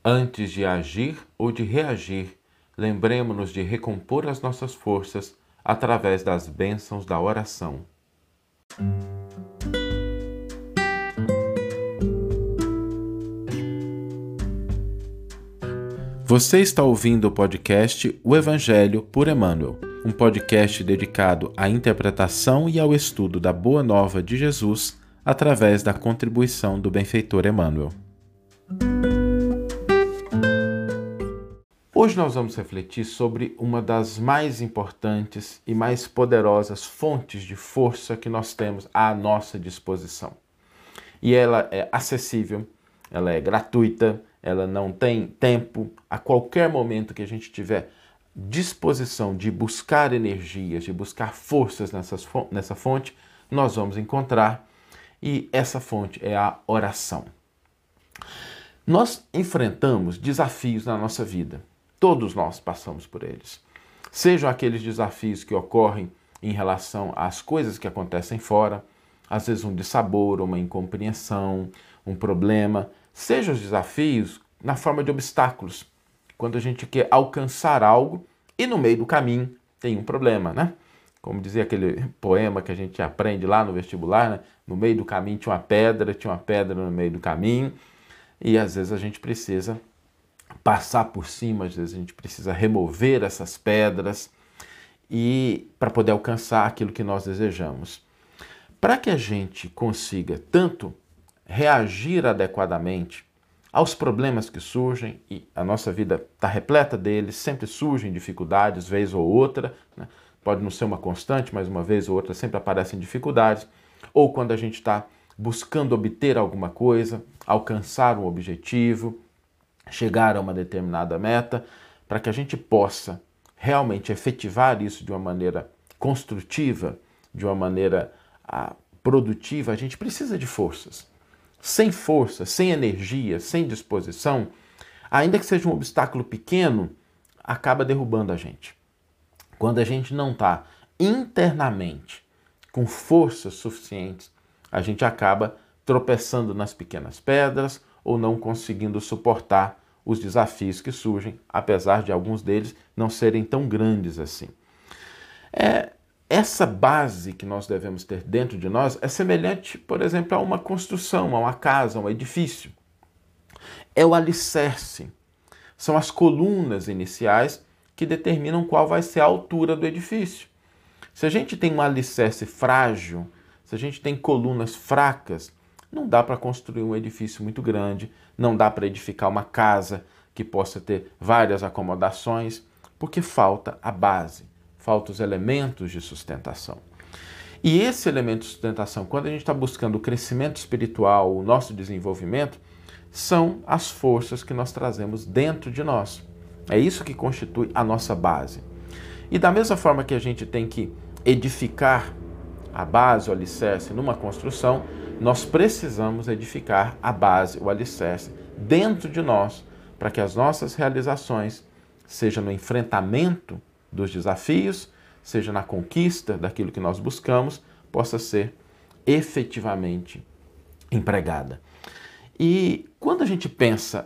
Antes de agir ou de reagir, lembremo-nos de recompor as nossas forças através das bênçãos da oração. Você está ouvindo o podcast O Evangelho por Emmanuel, um podcast dedicado à interpretação e ao estudo da Boa Nova de Jesus através da contribuição do benfeitor Emmanuel. Hoje nós vamos refletir sobre uma das mais importantes e mais poderosas fontes de força que nós temos à nossa disposição. E ela é acessível, ela é gratuita, ela não tem tempo. A qualquer momento que a gente tiver disposição de buscar energias, de buscar forças nessa fonte, nós vamos encontrar. E essa fonte é a oração. Nós enfrentamos desafios na nossa vida. Todos nós passamos por eles. Sejam aqueles desafios que ocorrem em relação às coisas que acontecem fora, às vezes um dissabor, uma incompreensão, um problema. Sejam os desafios na forma de obstáculos, quando a gente quer alcançar algo e no meio do caminho tem um problema, né? Como dizia aquele poema que a gente aprende lá no vestibular, né? No meio do caminho tinha uma pedra no meio do caminho, e às vezes a gente precisa passar por cima, às vezes a gente precisa remover essas pedras e para poder alcançar aquilo que nós desejamos. Para que a gente consiga tanto reagir adequadamente aos problemas que surgem, e a nossa vida está repleta deles, sempre surgem dificuldades, vez ou outra, né? Pode não ser uma constante, mas uma vez ou outra sempre aparecem dificuldades, ou quando a gente está buscando obter alguma coisa, alcançar um objetivo, chegar a uma determinada meta, para que a gente possa realmente efetivar isso de uma maneira construtiva, de uma maneira produtiva, a gente precisa de forças. Sem força, sem energia, sem disposição, ainda que seja um obstáculo pequeno, acaba derrubando a gente. Quando a gente não está internamente com forças suficientes, a gente acaba tropeçando nas pequenas pedras ou não conseguindo suportar os desafios que surgem, apesar de alguns deles não serem tão grandes assim. Essa base que nós devemos ter dentro de nós é semelhante, por exemplo, a uma construção, a uma casa, a um edifício. É o alicerce, são as colunas iniciais que determinam qual vai ser a altura do edifício. Se a gente tem um alicerce frágil, se a gente tem colunas fracas, não dá para construir um edifício muito grande, não dá para edificar uma casa que possa ter várias acomodações, porque falta a base, faltam os elementos de sustentação. E esse elemento de sustentação, quando a gente está buscando o crescimento espiritual, o nosso desenvolvimento, são as forças que nós trazemos dentro de nós. É isso que constitui a nossa base. E da mesma forma que a gente tem que edificar a base, o alicerce, numa construção, nós precisamos edificar a base, o alicerce, dentro de nós, para que as nossas realizações, seja no enfrentamento dos desafios, seja na conquista daquilo que nós buscamos, possa ser efetivamente empregada. E quando a gente pensa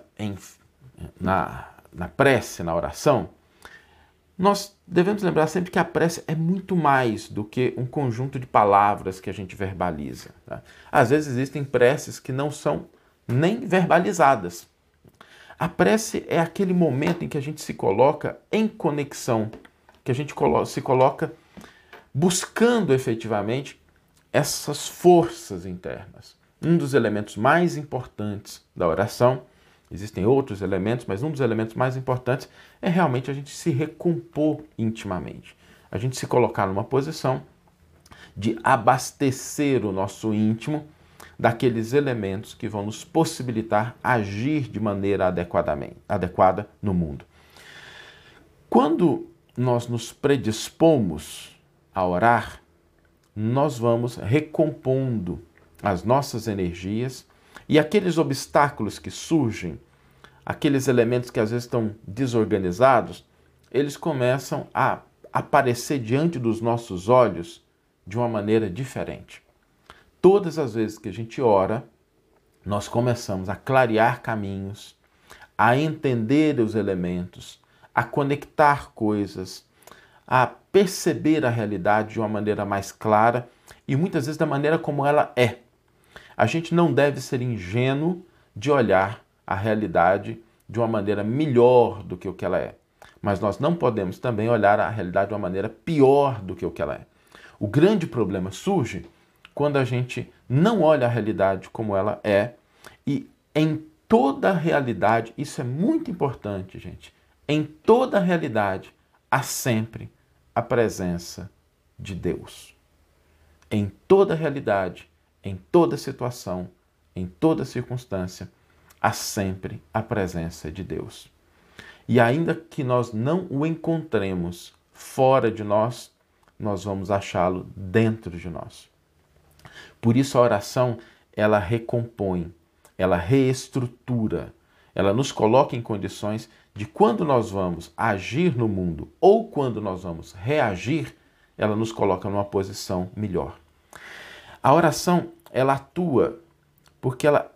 na prece, na oração, nós devemos lembrar sempre que a prece é muito mais do que um conjunto de palavras que a gente verbaliza. Tá? Às vezes existem preces que não são nem verbalizadas. A prece é aquele momento em que a gente se coloca em conexão, que a gente se coloca buscando efetivamente essas forças internas. Um dos elementos mais importantes da oração, existem outros elementos, mas um dos elementos mais importantes é realmente a gente se recompor intimamente. A gente se colocar numa posição de abastecer o nosso íntimo daqueles elementos que vão nos possibilitar agir de maneira adequada no mundo. Quando nós nos predispomos a orar, nós vamos recompondo as nossas energias e aqueles obstáculos que surgem, aqueles elementos que às vezes estão desorganizados, eles começam a aparecer diante dos nossos olhos de uma maneira diferente. Todas as vezes que a gente ora, nós começamos a clarear caminhos, a entender os elementos, a conectar coisas, a perceber a realidade de uma maneira mais clara e muitas vezes da maneira como ela é. A gente não deve ser ingênuo de olhar a realidade de uma maneira melhor do que o que ela é. Mas nós não podemos também olhar a realidade de uma maneira pior do que o que ela é. O grande problema surge quando a gente não olha a realidade como ela é e em toda a realidade, isso é muito importante, gente, em toda a realidade há sempre a presença de Deus. Em toda a realidade, em toda situação, em toda circunstância, há sempre a presença de Deus. E ainda que nós não o encontremos fora de nós, nós vamos achá-lo dentro de nós. Por isso a oração, ela recompõe, ela reestrutura, ela nos coloca em condições de quando nós vamos agir no mundo ou quando nós vamos reagir, ela nos coloca numa posição melhor. A oração, ela atua porque ela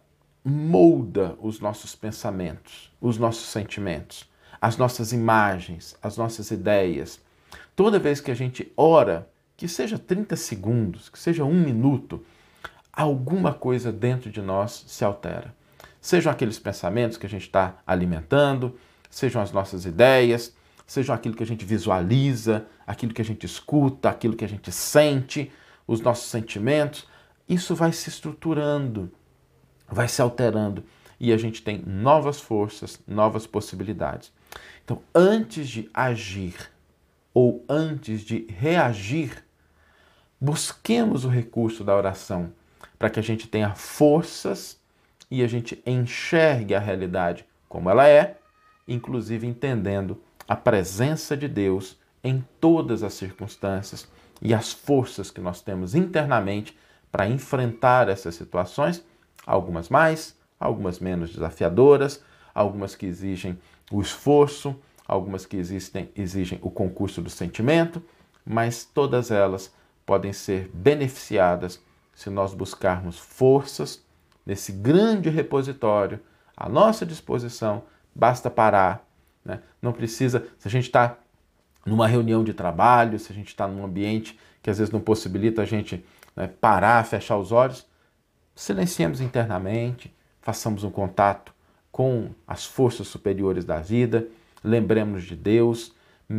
molda os nossos pensamentos, os nossos sentimentos, as nossas imagens, as nossas ideias. Toda vez que a gente ora, que seja 30 segundos, que seja 1 minuto, alguma coisa dentro de nós se altera. Sejam aqueles pensamentos que a gente está alimentando, sejam as nossas ideias, sejam aquilo que a gente visualiza, aquilo que a gente escuta, aquilo que a gente sente, os nossos sentimentos. Isso vai se estruturando, vai se alterando e a gente tem novas forças, novas possibilidades. Então, antes de agir ou antes de reagir, busquemos o recurso da oração para que a gente tenha forças e a gente enxergue a realidade como ela é, inclusive entendendo a presença de Deus em todas as circunstâncias e as forças que nós temos internamente para enfrentar essas situações, algumas mais, algumas menos desafiadoras, algumas que exigem o esforço, algumas que exigem o concurso do sentimento, mas todas elas podem ser beneficiadas se nós buscarmos forças nesse grande repositório à nossa disposição. Basta parar, né? Não precisa, se a gente está numa reunião de trabalho, se a gente está num ambiente que às vezes não possibilita a gente, né, parar, fechar os olhos, silenciemos internamente, façamos um contato com as forças superiores da vida, lembremos de Deus,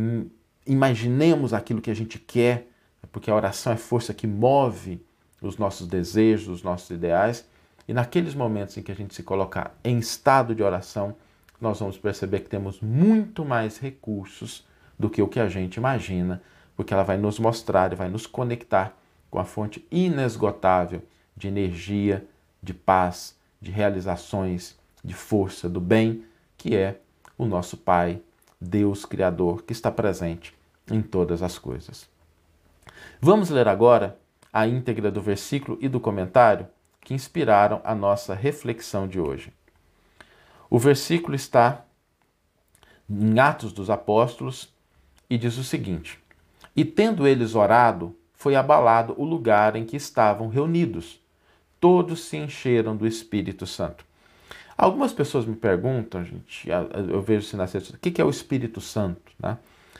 imaginemos aquilo que a gente quer, porque a oração é força que move os nossos desejos, os nossos ideais, e naqueles momentos em que a gente se colocar em estado de oração, nós vamos perceber que temos muito mais recursos do que o que a gente imagina, porque ela vai nos mostrar e vai nos conectar com a fonte inesgotável de energia, de paz, de realizações, de força, do bem, que é o nosso Pai, Deus Criador, que está presente em todas as coisas. Vamos ler agora a íntegra do versículo e do comentário que inspiraram a nossa reflexão de hoje. O versículo está em Atos dos Apóstolos e diz o seguinte: E tendo eles orado, foi abalado o lugar em que estavam reunidos. Todos se encheram do Espírito Santo. Algumas pessoas me perguntam, gente, eu vejo isso nas redes sociais, o que é o Espírito Santo, né?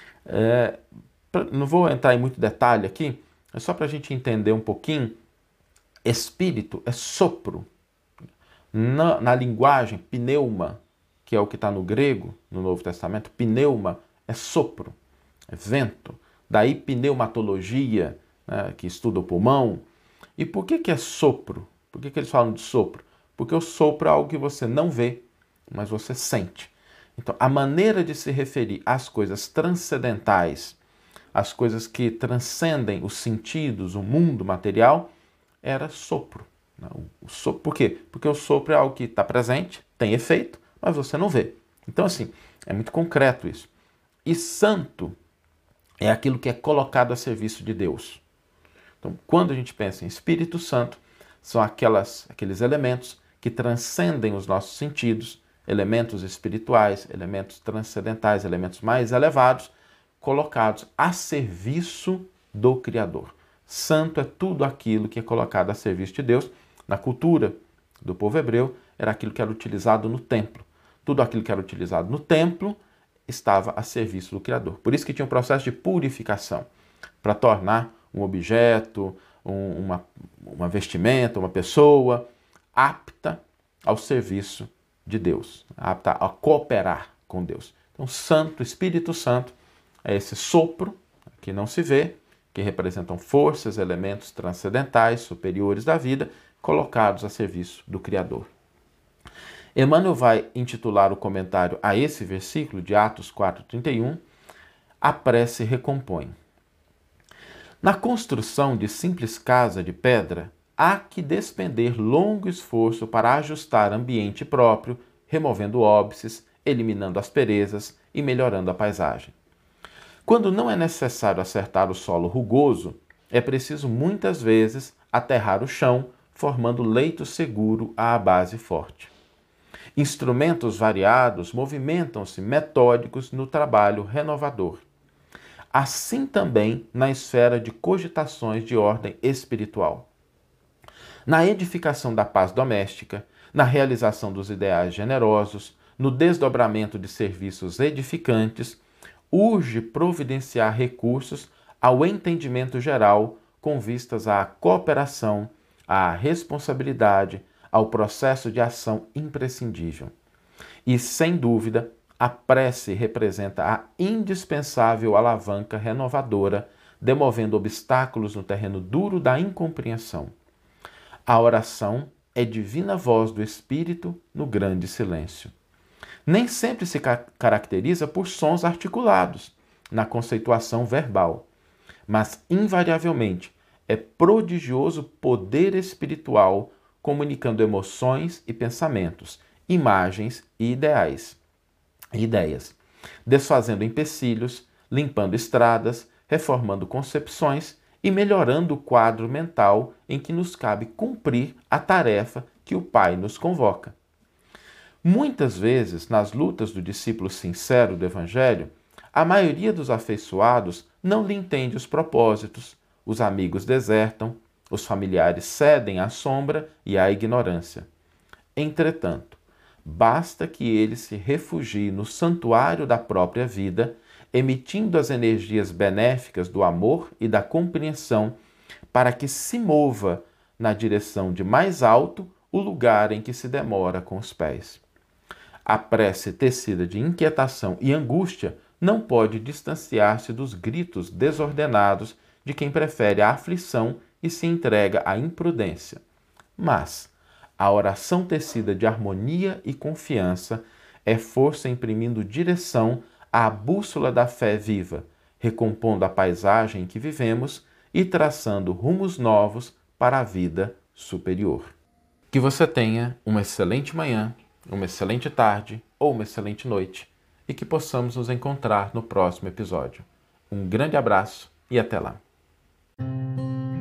Não vou entrar em muito detalhe aqui, é só para a gente entender um pouquinho. Espírito é sopro. Na linguagem, pneuma, que é o que está no grego, no Novo Testamento, pneuma é sopro, é vento. Daí pneumatologia, né, que estuda o pulmão. E por que é sopro? Por que eles falam de sopro? Porque o sopro é algo que você não vê, mas você sente. Então, a maneira de se referir às coisas transcendentais, às coisas que transcendem os sentidos, o mundo material, era sopro. Por quê? Porque o sopro é algo que está presente, tem efeito, mas você não vê. Então, assim, é muito concreto isso. E santo é aquilo que é colocado a serviço de Deus. Então, quando a gente pensa em Espírito Santo, são aqueles elementos que transcendem os nossos sentidos, elementos espirituais, elementos transcendentais, elementos mais elevados, colocados a serviço do Criador. Santo é tudo aquilo que é colocado a serviço de Deus. Na cultura do povo hebreu, era aquilo que era utilizado no templo. tudo aquilo que era utilizado no templo estava a serviço do Criador. Por isso que tinha um processo de purificação, para tornar um objeto, uma vestimenta, uma pessoa apta ao serviço de Deus, apta a cooperar com Deus. Então, Santo, Espírito Santo, é esse sopro que não se vê, que representam forças, elementos transcendentais, superiores da vida, colocados a serviço do Criador. Emmanuel vai intitular o comentário a esse versículo de Atos 4,31, A prece recompõe. Na construção de simples casa de pedra, há que despender longo esforço para ajustar ambiente próprio, removendo óbices, eliminando asperezas e melhorando a paisagem. Quando não é necessário acertar o solo rugoso, é preciso muitas vezes aterrar o chão, formando leito seguro à base forte. Instrumentos variados movimentam-se metódicos no trabalho renovador. Assim também na esfera de cogitações de ordem espiritual. Na edificação da paz doméstica, na realização dos ideais generosos, no desdobramento de serviços edificantes, urge providenciar recursos ao entendimento geral com vistas à cooperação, à responsabilidade, ao processo de ação imprescindível. E, sem dúvida, a prece representa a indispensável alavanca renovadora, demovendo obstáculos no terreno duro da incompreensão. A oração é divina voz do Espírito no grande silêncio. Nem sempre se caracteriza por sons articulados, na conceituação verbal, mas, invariavelmente, é prodigioso poder espiritual comunicando emoções e pensamentos, imagens e ideias, desfazendo empecilhos, limpando estradas, reformando concepções e melhorando o quadro mental em que nos cabe cumprir a tarefa que o Pai nos convoca. Muitas vezes, nas lutas do discípulo sincero do Evangelho, a maioria dos afeiçoados não lhe entende os propósitos, os amigos desertam, os familiares cedem à sombra e à ignorância. Entretanto, basta que ele se refugie no santuário da própria vida, emitindo as energias benéficas do amor e da compreensão, para que se mova na direção de mais alto o lugar em que se demora com os pés. A prece tecida de inquietação e angústia não pode distanciar-se dos gritos desordenados de quem prefere a aflição e se entrega à imprudência. Mas a oração tecida de harmonia e confiança é força imprimindo direção à bússola da fé viva, recompondo a paisagem em que vivemos e traçando rumos novos para a vida superior. Que você tenha uma excelente manhã, uma excelente tarde ou uma excelente noite e que possamos nos encontrar no próximo episódio. Um grande abraço e até lá!